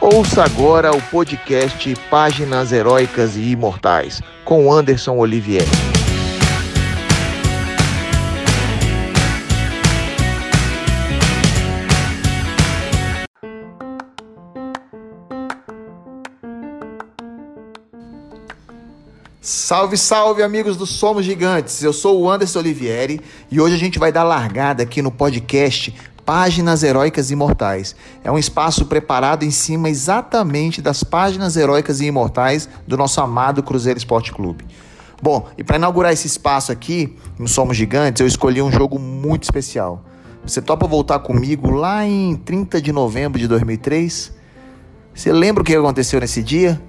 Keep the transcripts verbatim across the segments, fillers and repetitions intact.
Ouça agora o podcast Páginas Heróicas e Imortais, com Anderson Olivieri. Salve, salve, amigos do Somos Gigantes! Eu sou o Anderson Olivieri e hoje a gente vai dar largada aqui no podcast Páginas Heróicas e Imortais. É um espaço preparado em cima exatamente das páginas heróicas e imortais do nosso amado Cruzeiro Esporte Clube. Bom, e para inaugurar esse espaço aqui no Somos Gigantes, eu escolhi um jogo muito especial. Você topa voltar comigo lá em trinta de novembro de dois mil e três? Você lembra o que aconteceu nesse dia?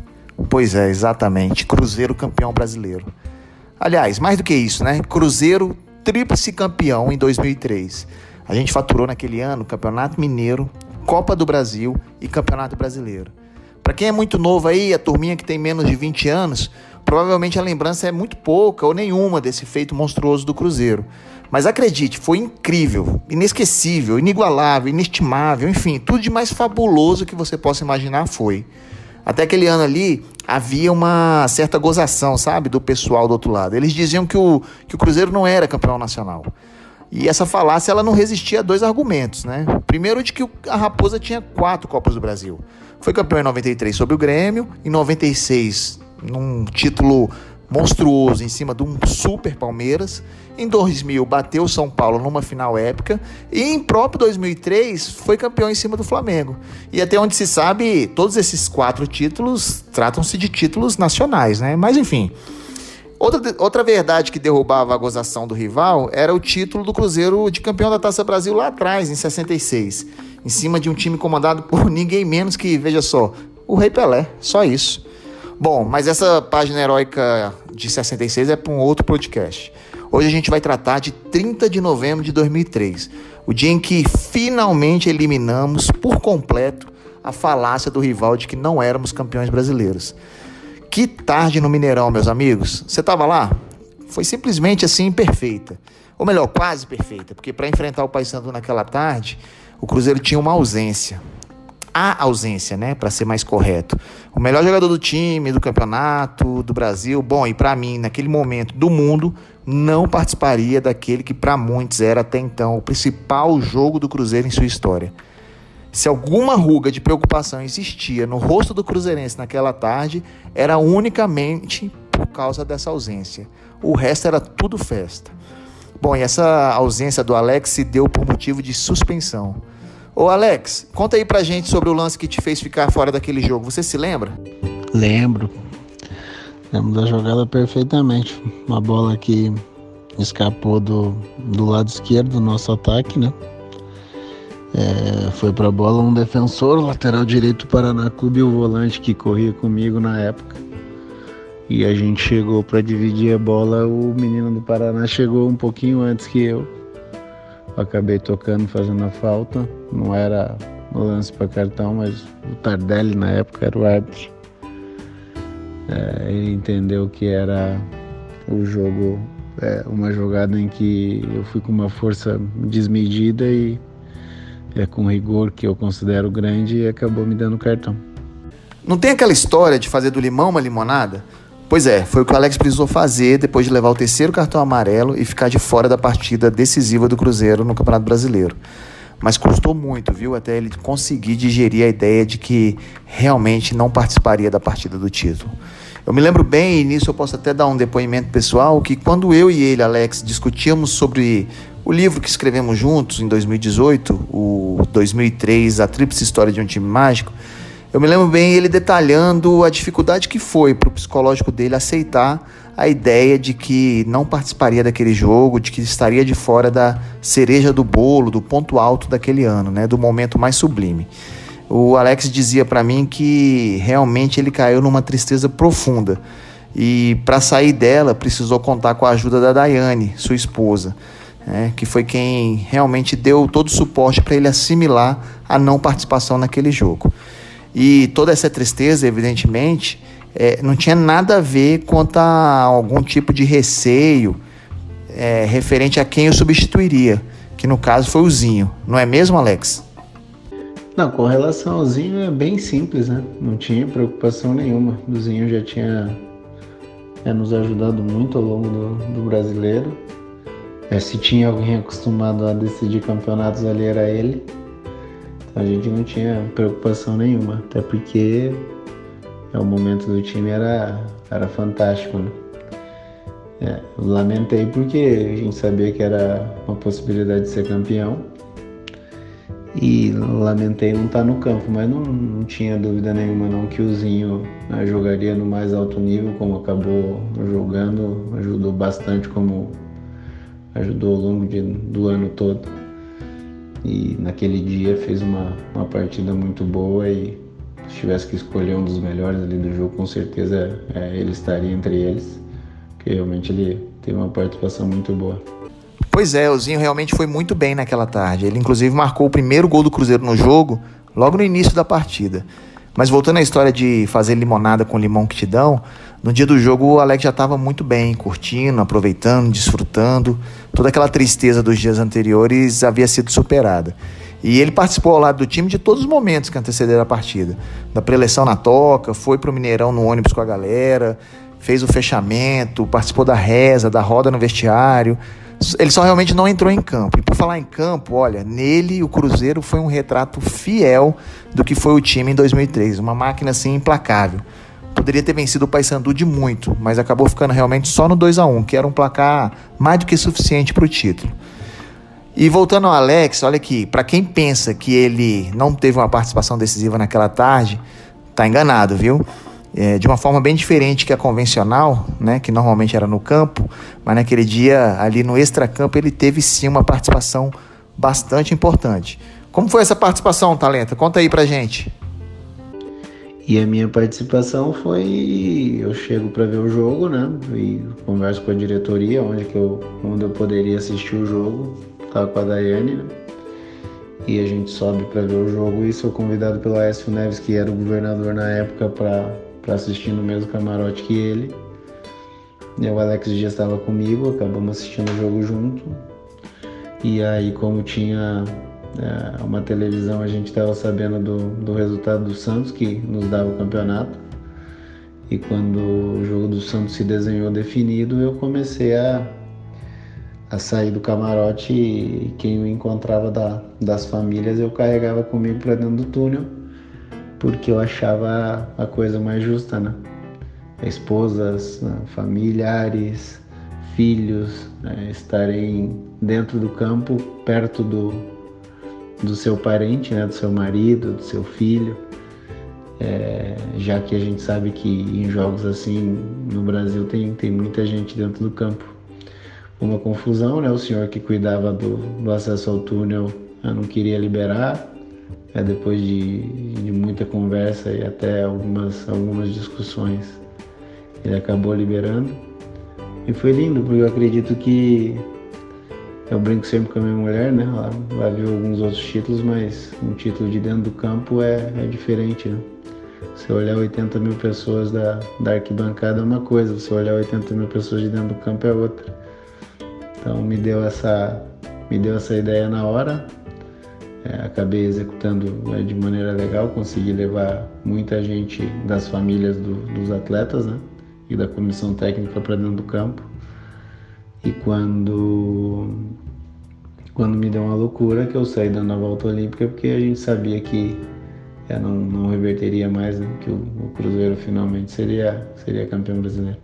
Pois é, exatamente, Cruzeiro campeão brasileiro. Aliás, mais do que isso, né? Cruzeiro tríplice campeão em dois mil e três. A gente faturou naquele ano Campeonato Mineiro, Copa do Brasil e Campeonato Brasileiro. Para quem é muito novo aí, a turminha que tem menos de vinte anos, provavelmente a lembrança é muito pouca ou nenhuma desse feito monstruoso do Cruzeiro. Mas acredite, foi incrível, inesquecível, inigualável, inestimável, enfim, tudo de mais fabuloso que você possa imaginar foi. Até aquele ano ali, havia uma certa gozação, sabe, do pessoal do outro lado. Eles diziam que o, que o Cruzeiro não era campeão nacional. E essa falácia, ela não resistia a dois argumentos, né? Primeiro, de que a Raposa tinha quatro Copas do Brasil. Foi campeão em noventa e três sobre o Grêmio, em noventa e seis, num título monstruoso em cima de um super Palmeiras. Em dois mil, bateu o São Paulo numa final épica. E em próprio dois mil e três, foi campeão em cima do Flamengo. E até onde se sabe, todos esses quatro títulos tratam-se de títulos nacionais, né? Mas enfim... Outra, outra verdade que derrubava a gozação do rival era o título do Cruzeiro de campeão da Taça Brasil lá atrás, em sessenta e seis, em cima de um time comandado por ninguém menos que, veja só, o Rei Pelé, só isso. Bom, mas essa página heróica de sessenta e seis é para um outro podcast. Hoje a gente vai tratar de trinta de novembro de dois mil e três, o dia em que finalmente eliminamos por completo a falácia do rival de que não éramos campeões brasileiros. Que tarde no Mineirão, meus amigos. Você estava lá? Foi simplesmente assim perfeita. Ou melhor, quase perfeita. Porque para enfrentar o Paysandu naquela tarde, o Cruzeiro tinha uma ausência. A ausência, né? Para ser mais correto. O melhor jogador do time, do campeonato, do Brasil. Bom, e para mim, naquele momento, do mundo, não participaria daquele que para muitos era até então o principal jogo do Cruzeiro em sua história. Se alguma ruga de preocupação existia no rosto do cruzeirense naquela tarde, era unicamente por causa dessa ausência. O resto era tudo festa. Bom, e essa ausência do Alex se deu por motivo de suspensão. Ô Alex, conta aí pra gente sobre o lance que te fez ficar fora daquele jogo. Você se lembra? Lembro. Lembro da jogada perfeitamente. Uma bola que escapou do, do lado esquerdo do nosso ataque, né? É, foi pra bola um defensor, lateral direito do Paraná Clube e o volante que corria comigo na época. E a gente chegou para dividir a bola, o menino do Paraná chegou um pouquinho antes que eu. Eu acabei tocando, fazendo a falta. Não era no lance para cartão, mas o Tardelli na época era o árbitro. É, ele entendeu que era o jogo, é, uma jogada em que eu fui com uma força desmedida e é com rigor que eu considero grande e acabou me dando cartão. Não tem aquela história de fazer do limão uma limonada? Pois é, foi o que o Alex precisou fazer depois de levar o terceiro cartão amarelo e ficar de fora da partida decisiva do Cruzeiro no Campeonato Brasileiro. Mas custou muito, viu, até ele conseguir digerir a ideia de que realmente não participaria da partida do título. Eu me lembro bem, e nisso eu posso até dar um depoimento pessoal, que quando eu e ele, Alex, discutíamos sobre o livro que escrevemos juntos em dois mil e dezoito, o dois mil e três, A Tríplice História de um Time Mágico, eu me lembro bem ele detalhando a dificuldade que foi para o psicológico dele aceitar a ideia de que não participaria daquele jogo, de que estaria de fora da cereja do bolo, do ponto alto daquele ano, né, do momento mais sublime. O Alex dizia para mim que realmente ele caiu numa tristeza profunda e para sair dela precisou contar com a ajuda da Daiane, sua esposa, né, que foi quem realmente deu todo o suporte para ele assimilar a não participação naquele jogo. E toda essa tristeza, evidentemente, é, não tinha nada a ver quanto a algum tipo de receio é, referente a quem eu substituiria, que no caso foi o Zinho. Não é mesmo, Alex? Não, com relação ao Zinho é bem simples, né? Não tinha preocupação nenhuma. O Zinho já tinha é, nos ajudado muito ao longo do, do brasileiro. É, se tinha alguém acostumado a decidir campeonatos ali era ele. Então a gente não tinha preocupação nenhuma, até porque é, o momento do time era, era fantástico, né? É, eu lamentei porque a gente sabia que era uma possibilidade de ser campeão e lamentei não estar no campo, mas não, não tinha dúvida nenhuma não que o Zinho, né, jogaria no mais alto nível, como acabou jogando, ajudou bastante, como ajudou ao longo de, do ano todo, e naquele dia fez uma, uma partida muito boa, e se tivesse que escolher um dos melhores ali do jogo, com certeza é, ele estaria entre eles, porque realmente ele teve uma participação muito boa. Pois é, o Zinho realmente foi muito bem naquela tarde. Ele inclusive marcou o primeiro gol do Cruzeiro no jogo, logo no início da partida. Mas voltando à história de fazer limonada com limão que te dão, no dia do jogo o Alex já estava muito bem, curtindo, aproveitando, desfrutando. Toda aquela tristeza dos dias anteriores havia sido superada. E ele participou ao lado do time de todos os momentos que antecederam a partida. Da preleção na toca, foi pro Mineirão no ônibus com a galera, fez o fechamento, participou da reza, da roda no vestiário. Ele só realmente não entrou em campo. E por falar em campo, olha, nele o Cruzeiro foi um retrato fiel do que foi o time em dois mil e três. Uma máquina assim implacável. Poderia ter vencido o Paysandu de muito, mas acabou ficando realmente só no dois a um, que era um placar mais do que suficiente para o título. E voltando ao Alex, olha aqui, para quem pensa que ele não teve uma participação decisiva naquela tarde, tá enganado, viu? É, de uma forma bem diferente que a convencional, né, que normalmente era no campo, mas naquele dia ali no extracampo ele teve sim uma participação bastante importante. Como foi essa participação, Talenta? Conta aí pra gente. E a minha participação foi, eu chego para ver o jogo, né, e converso com a diretoria onde, que eu, onde eu poderia assistir o jogo, estava com a Daiane, né, e a gente sobe para ver o jogo e sou convidado pelo Aécio Neves, que era o governador na época, para para assistir no mesmo camarote que ele. E o Alex Dias estava comigo, acabamos assistindo o jogo junto. E aí, como tinha é, uma televisão, a gente estava sabendo do, do resultado do Santos, que nos dava o campeonato. E quando o jogo do Santos se desenhou definido, eu comecei a, a sair do camarote, e quem me encontrava da, das famílias eu carregava comigo para dentro do túnel, porque eu achava a coisa mais justa, né? Esposas, familiares, filhos, né, estarem dentro do campo, perto do, do seu parente, né, do seu marido, do seu filho, é, já que a gente sabe que em jogos assim no Brasil tem, tem muita gente dentro do campo. Uma confusão, né? O senhor que cuidava do, do acesso ao túnel não queria liberar. É, depois de, de muita conversa e até algumas, algumas discussões, ele acabou liberando. E foi lindo, porque eu acredito que, eu brinco sempre com a minha mulher, né? Ela, ela viu alguns outros títulos, mas um título de dentro do campo é, é diferente, né? Você olhar oitenta mil pessoas da, da arquibancada é uma coisa, você olhar oitenta mil pessoas de dentro do campo é outra. Então me deu essa, me deu essa ideia na hora. É, acabei executando é, de maneira legal, consegui levar muita gente das famílias do, dos atletas, né, e da comissão técnica para dentro do campo. E quando, quando me deu uma loucura que eu saí dando a volta olímpica, porque a gente sabia que é, não, não reverteria mais, né, que o, o Cruzeiro finalmente seria, seria campeão brasileiro.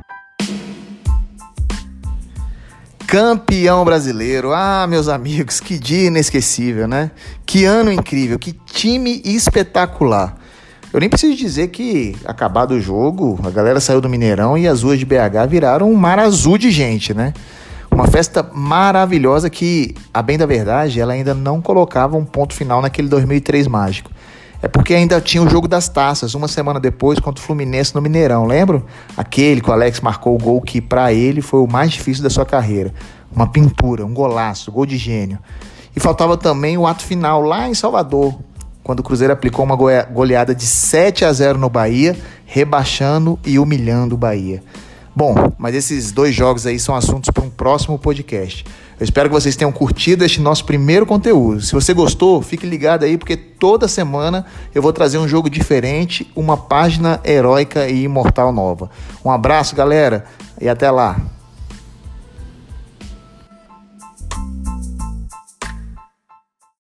Campeão brasileiro, ah, meus amigos, que dia inesquecível, né? Que ano incrível, que time espetacular. Eu nem preciso dizer que, acabado o jogo, a galera saiu do Mineirão e as ruas de B H viraram um mar azul de gente, né? Uma festa maravilhosa que, a bem da verdade, ela ainda não colocava um ponto final naquele dois mil e três mágico. É porque ainda tinha o jogo das taças, uma semana depois, contra o Fluminense no Mineirão, lembram? Aquele que o Alex marcou o gol que, pra ele, foi o mais difícil da sua carreira. Uma pintura, um golaço, gol de gênio. E faltava também o ato final, lá em Salvador, quando o Cruzeiro aplicou uma goleada de sete a zero no Bahia, rebaixando e humilhando o Bahia. Bom, mas esses dois jogos aí são assuntos para um próximo podcast. Eu espero que vocês tenham curtido este nosso primeiro conteúdo. Se você gostou, fique ligado aí, porque toda semana eu vou trazer um jogo diferente, uma página heróica e imortal nova. Um abraço, galera, e até lá.